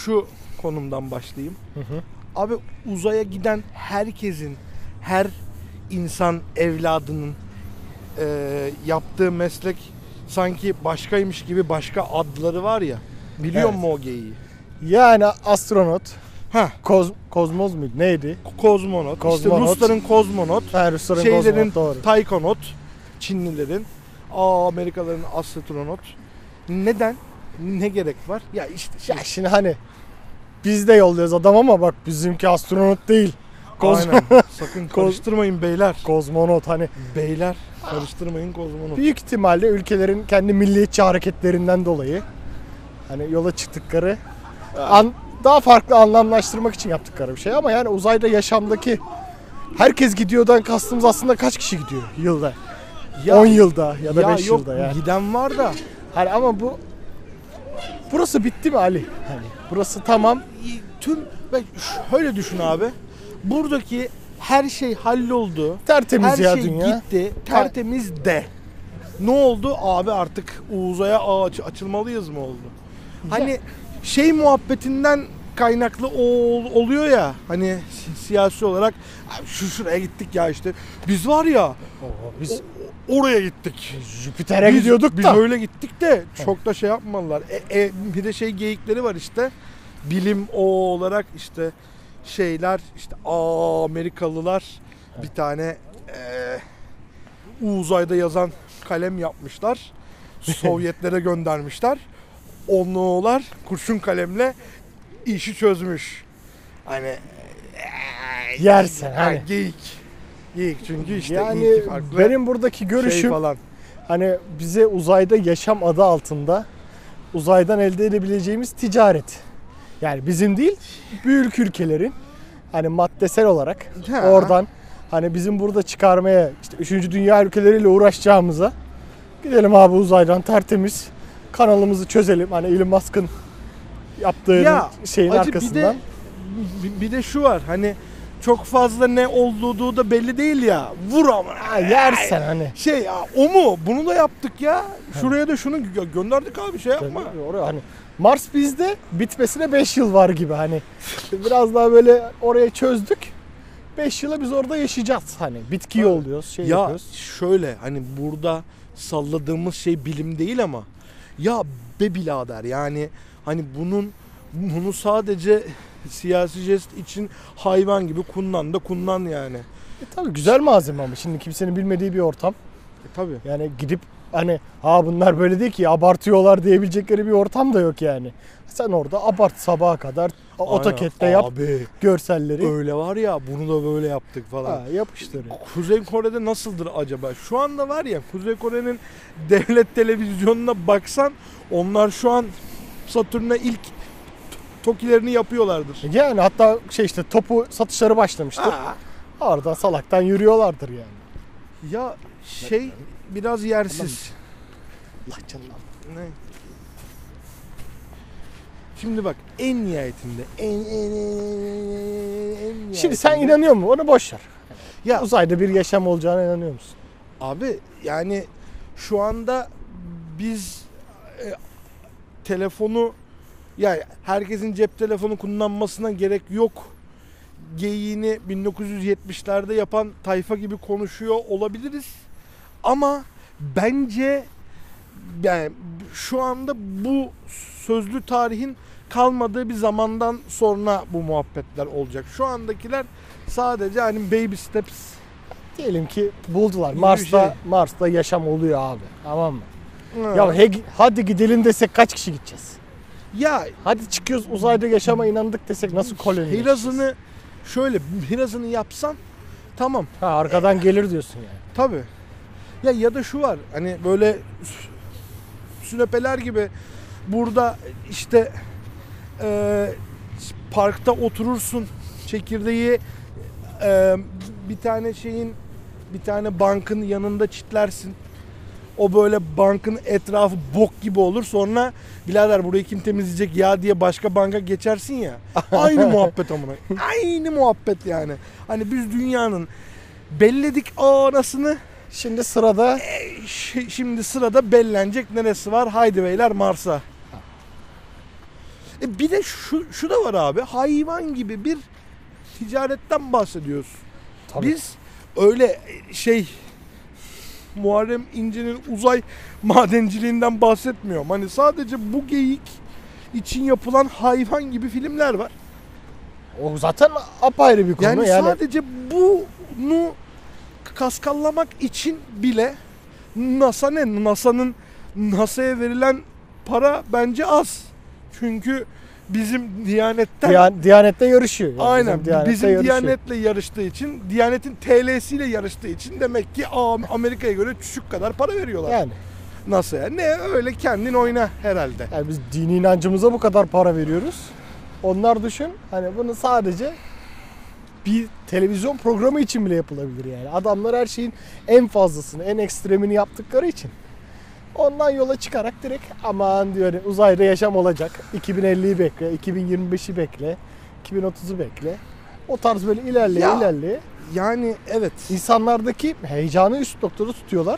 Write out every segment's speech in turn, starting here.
şu konumdan başlayayım. Hı hı. Abi uzaya giden herkesin, her insan evladının yaptığı meslek sanki başkaymış gibi başka adları var ya. Biliyor musun o geyiği? Yani astronot, Ha, kozmoz muydu? Neydi? kozmonot. İşte Rusların kozmonot, Ha, Rusların şeylerin kozmonot, doğru. taykonot, Çinlilerin, Amerikalıların astronot. Neden? Ne gerek var? Ya işte Ya şimdi hani biz de yolluyoruz adam ama bak bizimki astronot değil. aynen. Sakın karıştırmayın beyler. Kozmonot hani. Beyler karıştırmayın kozmonot. Büyük ihtimalle ülkelerin kendi milliyetçi hareketlerinden dolayı hani yola çıktıkları daha farklı anlamlaştırmak için yaptıkları bir şey ama yani uzayda yaşamdaki herkes gidiyordan kastımız aslında kaç kişi gidiyor yılda? Ya, 10 yılda ya da 5 yok, yılda yani. giden var da Hani ama burası bitti mi Ali? Hani burası tamam. bak şöyle düşün abi. Buradaki her şey halloldu. Tertemiz her ya şey dünya. gitti. Tertemiz de. Ne oldu? Abi artık uzaya açılmalıyız mı oldu? Hani şey muhabbetinden kaynaklı oluyor ya. Hani siyasi olarak şuraya gittik ya işte. Biz var ya Biz oraya gittik. Jüpiter'e gidiyorduk da. Biz öyle gittik de çok da şey yapmadılar. Bir de şey geyikleri var işte. Bilim olarak işte şeyler işte Amerikalılar bir tane uzayda yazan kalem yapmışlar. Sovyetlere göndermişler. Onlar kurşun kalemle işi çözmüş. Hani Yersen hani. geyik. Geyik çünkü işte Yani iki farklı benim buradaki şey görüşüm falan. hani bize uzayda yaşam adı altında uzaydan elde edebileceğimiz ticaret. Yani bizim değil, büyük ülkelerin hani maddesel olarak Ha. oradan hani bizim burada çıkarmaya işte 3. dünya ülkeleriyle uğraşacağımıza gidelim abi uzaydan tertemiz kanalımızı çözelim. Hani Elon Musk'ın yaptığı şeyin acı arkasından. Bir de şu var hani çok fazla ne olduğu da belli değil ya. Vur ama. Yersen hani. Şey ya o mu? Bunu da yaptık ya. Şuraya da şunu gönderdik abi şey yapma. Oraya hani Mars bizde bitmesine 5 yıl var gibi hani. Biraz daha böyle oraya çözdük. 5 yıla biz orada yaşayacağız hani. Bitki yolluyoruz, Ya yapıyoruz. şöyle hani burada salladığımız şey bilim değil ama ya be birader yani hani bunu sadece siyasi jest için hayvan gibi kullan yani. Tabii güzel malzeme ama şimdi kimsenin bilmediği bir ortam. Tabii. Yani gidip hani bunlar böyle değil ki abartıyorlar diyebilecekleri bir ortam da yok yani. Sen orada abart sabaha kadar AutoCAD'de yap Abi, görselleri. öyle var ya bunu da böyle yaptık falan. Yapıştır. Kuzey Kore'de nasıldır acaba? Şu anda var ya Kuzey Kore'nin devlet televizyonuna baksan onlar şu an Satürn'e ilk tokilerini yapıyorlardır. Yani hatta işte topu satışları başlamıştır. Oradan salaktan yürüyorlardır yani. Ya şey biraz yersiz. Allah canına. Ne? Şimdi bak en nihayetinde en nihayetinde. Şimdi sen inanıyor musun? Onu boş ver. Ya Uzayda bir yaşam olacağına inanıyor musun? abi yani şu anda biz telefonu yani herkesin cep telefonu kullanmasına gerek yok geyiğini 1970'lerde yapan tayfa gibi konuşuyor olabiliriz. Ama bence yani şu anda bu sözlü tarihin kalmadığı bir zamandan sonra bu muhabbetler olacak. Şu andakiler sadece hani baby steps. Diyelim ki buldular. Şey. Mars'ta yaşam oluyor abi. Tamam mı? Ha. Ya hadi gidelim desek kaç kişi gideceğiz? Ya Hadi çıkıyoruz uzayda yaşama inandık desek nasıl koloni birazını yapsan tamam. Arkadan gelir diyorsun yani. Tabii. Ya da şu var hani böyle sünepeler gibi burada işte parkta oturursun çekirdeği bir tane bankın yanında çitlersin. O böyle bankın etrafı bok gibi olur. Sonra birader burayı kim temizleyecek ya diye başka banka geçersin ya. Aynı muhabbet amına. Aynı muhabbet yani. Hani biz dünyanın belledik anasını. Şimdi sırada Şimdi sırada bellenecek neresi var? Haydi beyler Mars'a. Bir de şu da var abi. Hayvan gibi bir ticaretten bahsediyoruz. Tabii. Biz öyle Muharrem İnce'nin uzay madenciliğinden bahsetmiyorum. Hani sadece bu geyik için yapılan hayvan gibi filmler var. O zaten apayrı bir konu. Yani, Yani sadece bunu kaskallamak için bile NASA'ya verilen para bence az. Çünkü bizim Diyanet'ten Diyanet'te yarışıyor. Yani aynen bizim yarışıyor. Diyanet'le yarıştığı için, Diyanet'in TL'siyle yarıştığı için demek ki Amerika'ya göre çocuk kadar para veriyorlar. Yani. NASA'ya. Ne öyle kendin oyna herhalde. Yani biz dini inancımıza bu kadar para veriyoruz. Onlar düşün. Hani bunu sadece bir televizyon programı için bile yapılabilir yani. Adamlar her şeyin en fazlasını, en ekstremini yaptıkları için. Ondan yola çıkarak direkt aman diyor uzayda yaşam olacak. 2050'yi bekle, 2025'i bekle, 2030'u bekle. O tarz böyle ilerleye. Yani evet. İnsanlardaki heyecanı üst noktada tutuyorlar.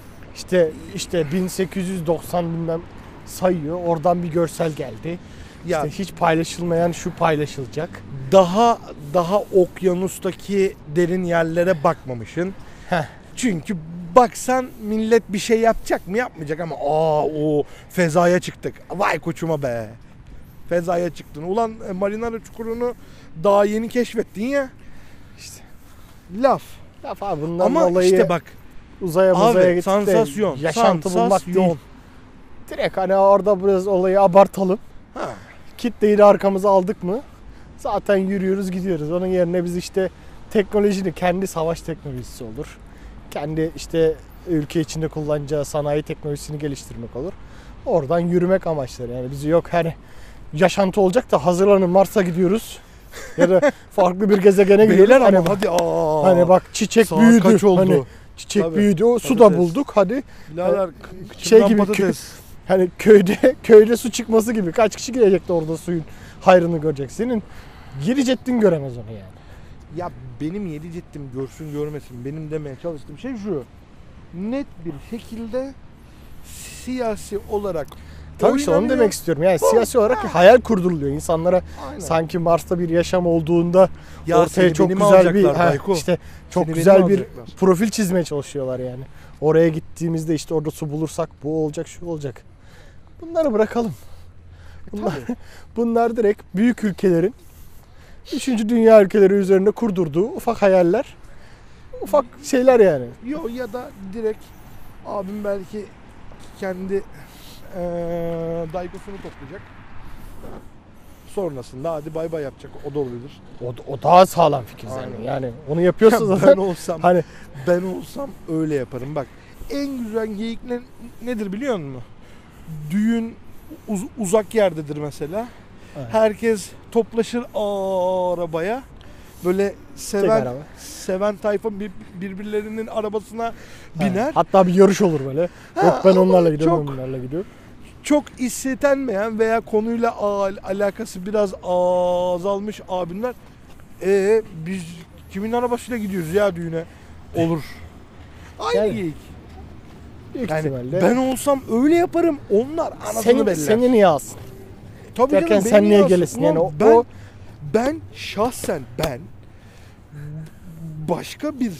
İşte 1890 bilmem sayıyor. Oradan bir görsel geldi. Ya İşte hiç paylaşılmayan şu paylaşılacak. daha okyanustaki derin yerlere bakmamışsın. Heh. Çünkü baksan millet bir şey yapacak mı yapmayacak ama o fezaya çıktık. Vay koçuma be. Fezaya çıktın. Ulan Marinara Çukuru'nu daha yeni keşfettin ya. İşte. Laf. Laf abi bundan Ama dolayı işte bak. uzaya gittik sansasyon. de yaşantı bulmak değil. Sansasyon. Direkt hani orada biraz olayı abartalım. Ha. Kitleyi de arkamıza aldık mı zaten yürüyoruz gidiyoruz. Onun yerine biz işte teknolojinin kendi savaş teknolojisi olur. Kendi işte ülke içinde kullanacağı sanayi teknolojisini geliştirmek olur. Oradan yürümek amaçları yani bizi yok hani yaşantı olacak da hazırlanın Mars'a gidiyoruz. Ya da farklı bir gezegene gidiyoruz. Beyler Hani ama hadi hani bak çiçek saat büyüdü. kaç oldu? Hani çiçek Tabii. büyüdü. Su da Patates. bulduk. Hadi Birader şey gibi patates. hani köyde su çıkması gibi kaç kişi girecekti orada suyun hayrını görecek. Senin Girecettin göremez onu yani. Ya benim yedi cettim görsün görmesin. Benim demeye çalıştığım şey şu. Net bir şekilde siyasi olarak Tabii işte onu oynanıyor. demek istiyorum. Yani siyasi olarak hayal kurduruluyor insanlara. Aynen. Sanki Mars'ta bir yaşam olduğunda Ya ortaya seni çok benim güzel bir alacaklar Bayko. işte çok Seni güzel benim bir alacaklar. profil çizmeye çalışıyorlar yani. Oraya gittiğimizde işte orada su bulursak bu olacak, şu olacak. Bunları bırakalım. Bunlar direkt büyük ülkelerin 3. dünya ülkeleri üzerinde kurdurduğu ufak hayaller. Ufak şeyler yani. Yo ya da direkt abim belki kendi daykosunu toplayacak. Sonrasında hadi bay bay yapacak. O da olabilir. O daha sağlam fikir zaten. Aynen. Yani onu yapıyorsa Ben zaten olsam hani ben olsam öyle yaparım. Bak en güzel geyik nedir biliyor musun? Düğün uzak yerdedir mesela. Evet. Herkes toplaşır arabaya. Böyle araba. seven tayfa birbirlerinin arabasına biner. hatta bir yarış olur böyle. Yok ben ama onlarla gidiyorum, çok- onlarla gidiyorum. Çok istetenmeyen veya konuyla alakası biraz azalmış abimler. Biz kimin arabasıyla gidiyoruz ya düğüne? Olur. Aynı Yani, geyik. Büyük Yani ihtimalle. ben olsam öyle yaparım. Onlar anasını beller. Seni niye alsın? Tabii Derken canım, sen beni niye alsın. gelesin? Yani Ulan ben şahsen başka bir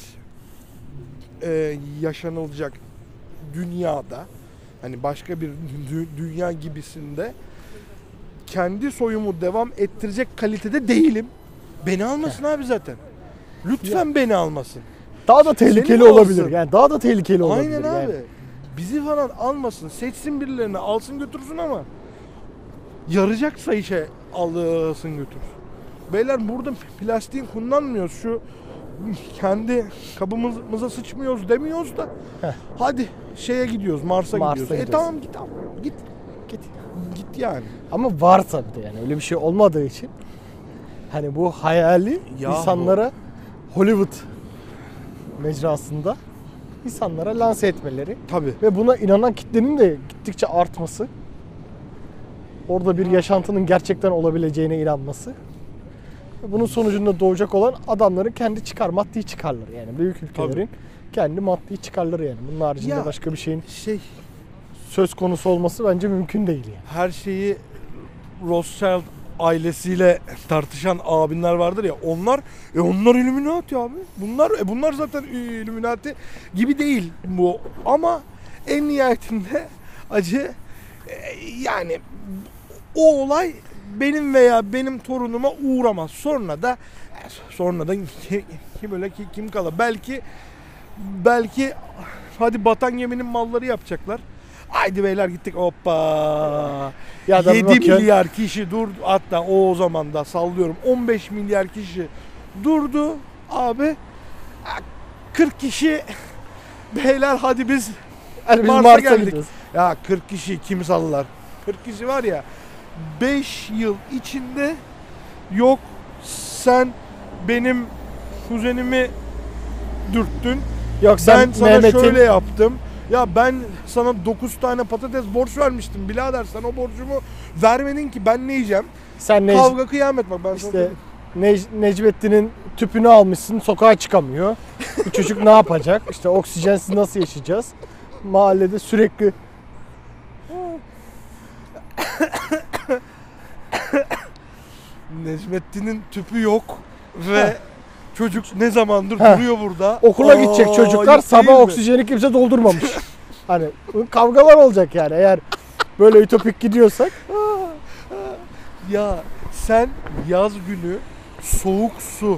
yaşanılacak dünyada, hani başka bir dünya gibisinde kendi soyumu devam ettirecek kalitede değilim. Beni almasın abi zaten. Lütfen beni almasın. daha da tehlikeli Seni olabilir. alsın. Yani daha da tehlikeli olabilir. Aynen yani. abi. Bizi falan almasın. Seçsin birilerini, alsın götürsün ama yarayacaksa işe alsın götür. Beyler burada plastiğin kullanmıyoruz. Şu kendi kabımıza sıçmıyoruz demiyoruz da. Heh. Hadi şeye gidiyoruz, Mars'a gidiyoruz. gidiyoruz. Tamam git abi. Git. Git. Git yani. Ama var tabii de yani öyle bir şey olmadığı için hani bu hayali Yahu. insanlara Hollywood mecrasında insanlara lanse etmeleri Tabii. ve buna inanan kitlenin de gittikçe artması, orada bir yaşantının gerçekten olabileceğine inanması ve bunun sonucunda doğacak olan adamların kendi maddi çıkarları yani büyük ülkelerin kendi maddi çıkarları yani. Bunun haricinde Ya, başka bir şeyin Şey söz konusu olması bence mümkün değil yani. her şeyi Rothschild ailesiyle tartışan abinler vardır ya, onlar Illuminati abi. Bunlar zaten Illuminati gibi değil bu, ama en nihayetinde acı yani o olay benim veya benim torunuma uğramaz. Sonra da kim kalır? Belki hadi batan geminin malları yapacaklar. Haydi beyler gittik, hoppa. Ya da 7 bakıyorsun, milyar kişi durdu, hatta o zaman da sallıyorum 15 milyar kişi durdu abi. 40 kişi beyler hadi biz hani biz Mars'a Mars'a geldik. gidiyoruz. Ya 40 kişi kim sallar? 40 kişi var ya, 5 yıl içinde yok sen benim kuzenimi dürttün. Yok sen Ben sana Mehmet'in şöyle yaptım. Ya ben sana 9 tane patates borç vermiştim birader. Sen o borcumu vermedin ki, ben ne yiyeceğim? sen Kavga kıyamet, bak ben sana işte söyleyeyim. Necmettin'in tüpünü almışsın, sokağa çıkamıyor. Bu çocuk ne yapacak? İşte oksijensiz nasıl yaşayacağız? Mahallede sürekli Necmettin'in tüpü yok ve çocuk ne zamandır Heh. duruyor burada. okula gidecek çocuklar, ayıp sabah değil mi? oksijeni kimse doldurmamış. Hani kavgalar olacak yani eğer böyle ütopik gidiyorsak. Ya sen yaz günü soğuk su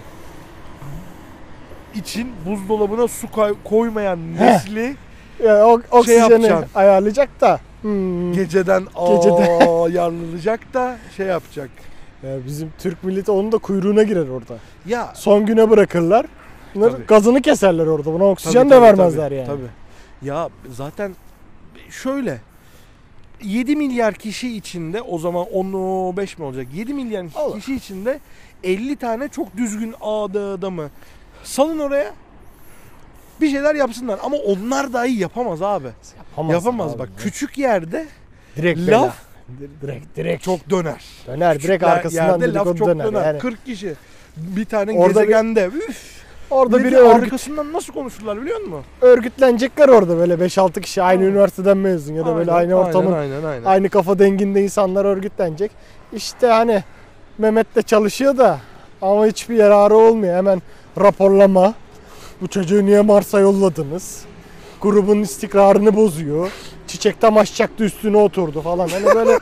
için buzdolabına su koymayan nesli Ya, oksijeni yapacaksın. ayarlayacak da. geceden Gecede. ayarlanacak da şey yapacak. Ya bizim Türk milleti onun da kuyruğuna girer orada. Ya Son güne bırakırlar. Bunlar Tabii. gazını keserler orada. Buna oksijen de tabii, vermezler tabii, yani. Tabii. Ya zaten şöyle 7 milyar kişi içinde, o zaman 15 mi olacak? 7 milyar Allah. kişi içinde 50 tane çok düzgün adamı salın oraya. Bir şeyler yapsınlar, ama onlar dahi yapamaz abi. Yapamaz abi. bak. Küçük yerde Direkt laf direkt çok döner. döner. Küçük Direkt arkasından yerde laf dedikodu çok döner. döner. Yani 40 kişi bir tane Orada gezegende. orada Bir biri de arkasından nasıl konuşurlar biliyor musun? örgütlenecekler orada böyle 5-6 kişi aynı üniversiteden mezun ya da böyle aynı ortamın aynen. aynı kafa denginde insanlar örgütlenecek. İşte hani Mehmet de çalışıyor da ama hiçbir yararı olmuyor. Hemen raporlama. Bu çocuğu niye Mars'a yolladınız? Grubun istikrarını bozuyor. Çiçek tam açacaktı üstüne oturdu falan. Hani böyle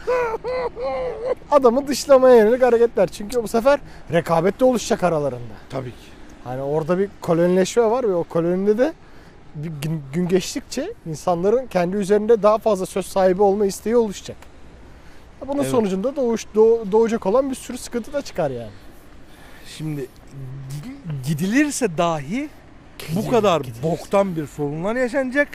adamı dışlamaya yönelik hareketler. Çünkü bu sefer rekabet de oluşacak aralarında. Tabii ki. Hani orada bir kolonileşme var ve o kolonide de bir gün geçtikçe insanların kendi üzerinde daha fazla söz sahibi olma isteği oluşacak. Bunun Evet. sonucunda doğacak olan bir sürü sıkıntı da çıkar yani. Şimdi gidilirse dahi bu kadar boktan bir sorunlar yaşanacak.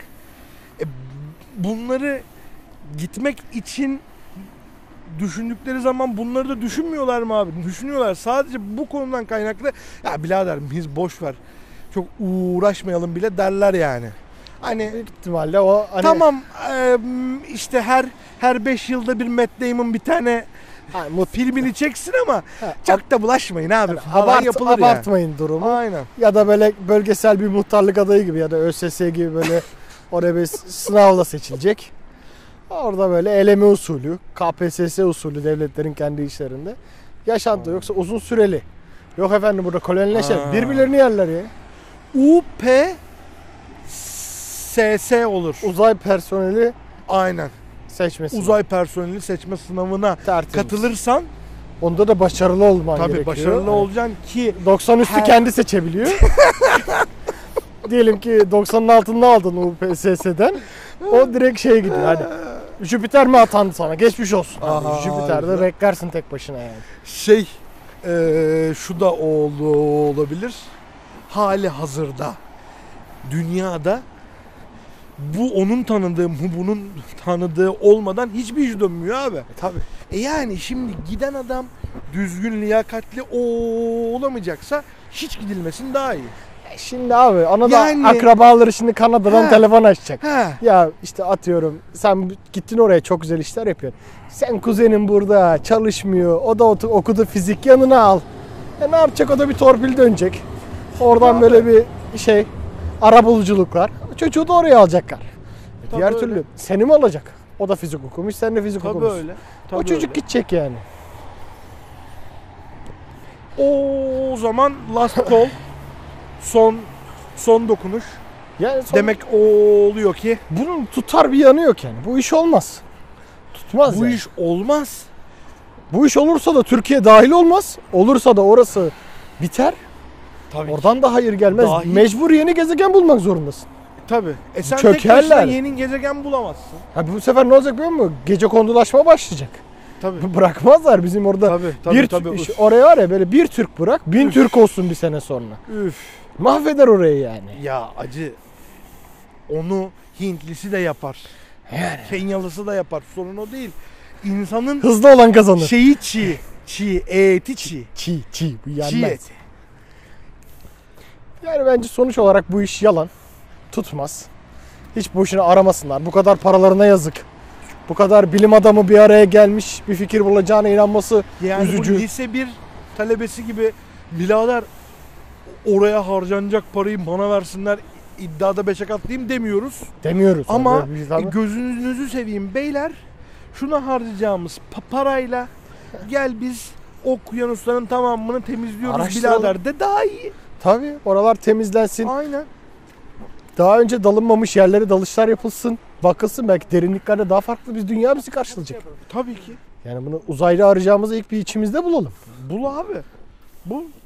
Bunları gitmek için düşündükleri zaman bunları da düşünmüyorlar mı abi? Düşünüyorlar. Sadece bu konudan kaynaklı. Ya birader biz boş ver, çok uğraşmayalım bile derler yani. Hani Büyük ihtimalle o hani tamam, işte her 5 yılda bir Matt Damon bir tane hani filmini çeksin ama Ha, çok da bulaşmayın abi. yani Falan yapılır yani. abartmayın durumu. Aynen. Ya da böyle bölgesel bir muhtarlık adayı gibi ya da ÖSS gibi böyle oraya bir sınavla seçilecek. Orada böyle eleme usulü, KPSS usulü devletlerin kendi işlerinde yaşantı, yoksa uzun süreli. Yok efendim burada kolonileşer. Aa. Birbirlerini yerler ya. UPSS olur. Uzay personeli Aynen. seçmesi. Uzay personeli seçme sınavına Tertemiz. katılırsan Onda da başarılı olman tabii gerekiyor. başarılı Yani olacaksın ki 90 üstü Her- kendi seçebiliyor. Diyelim ki 90'ın altında aldın UPSS'den. O direkt şeye gidiyor. Hani Jüpiter mi atandı sana? Geçmiş olsun. Hani Aha, Jüpiter'de güzel. beklersin tek başına yani. şu da olabilir. Hali hazırda dünyada bu onun tanıdığı mı bunun tanıdığı olmadan hiçbir iş dönmüyor abi. Tabii. Yani şimdi giden adam düzgün liyakatli olamayacaksa hiç gidilmesin daha iyi. Şimdi abi ona da Yani- akrabaları şimdi Kanada'dan Ha. telefon açacak. Ha. Ya işte atıyorum sen gittin oraya çok güzel işler yapıyorsun. Sen kuzenin burada çalışmıyor. O da okudu fizik, yanına al. Ne yapacak, o da bir torpil dönecek. Oradan böyle bir şey arabuluculuklar. Çocuğu da oraya alacaklar. Tabii Diğer öyle. türlü seni mi alacak? O da fizik okumuş, sen de fizik Tabii okumuşsun. öyle. O Tabii çocuk öyle. gidecek yani. O zaman last call, son dokunuş. Yani Demek o oluyor ki bunun tutar bir yanı yok yani. Bu iş olmaz. Tutmaz bu yani. iş olmaz. Bu iş olursa da Türkiye dahil olmaz. Olursa da orası biter. Tabii. Oradan da hayır gelmez. Dahil. Mecbur yeni gezegen bulmak zorundasın. Tabii. Sen Çökerler. tek başına yeni gezegen bulamazsın. Ha, bu sefer ne olacak biliyor musun? Gece kondulaşma başlayacak. Tabii. Bırakmazlar bizim orada. Tabii. Tabii. Oraya var ya böyle bir Türk bırak, 1000 Üf. Türk olsun bir sene sonra. Üf. Mahveder orayı yani. Ya acı. Onu Hintlisi de yapar. Yani. Kenyalısı da yapar. Sorun o değil. İnsanın Hızlı olan kazanır. şeyi çiğ. Çiğ. Eti çiğ. Çiğ bu yenmez. Çiğ eti. Yani bence sonuç olarak bu iş yalan. Tutmaz. Hiç boşuna aramasınlar. Bu kadar paralarına yazık. Bu kadar bilim adamı bir araya gelmiş bir fikir bulacağına inanması Yani üzücü. bu lise 1 talebesi gibi birader oraya harcanacak parayı bana versinler iddiada 5'e katlayayım demiyoruz. Demiyoruz. Ama Böyle bir tabii. gözünüzü seveyim beyler, şuna harcayacağımız parayla gel biz okyanusların tamamını temizliyoruz Araştıralım. birader de daha iyi. Tabii oralar temizlensin. Aynen. Daha önce dalınmamış yerlere dalışlar yapılsın. Bakılsın belki derinliklerde daha farklı bir dünya bizi karşılayacak. Tabii ki. Yani bunu uzayda arayacağımızı ilk bir içimizde bulalım. Bul abi. Bul.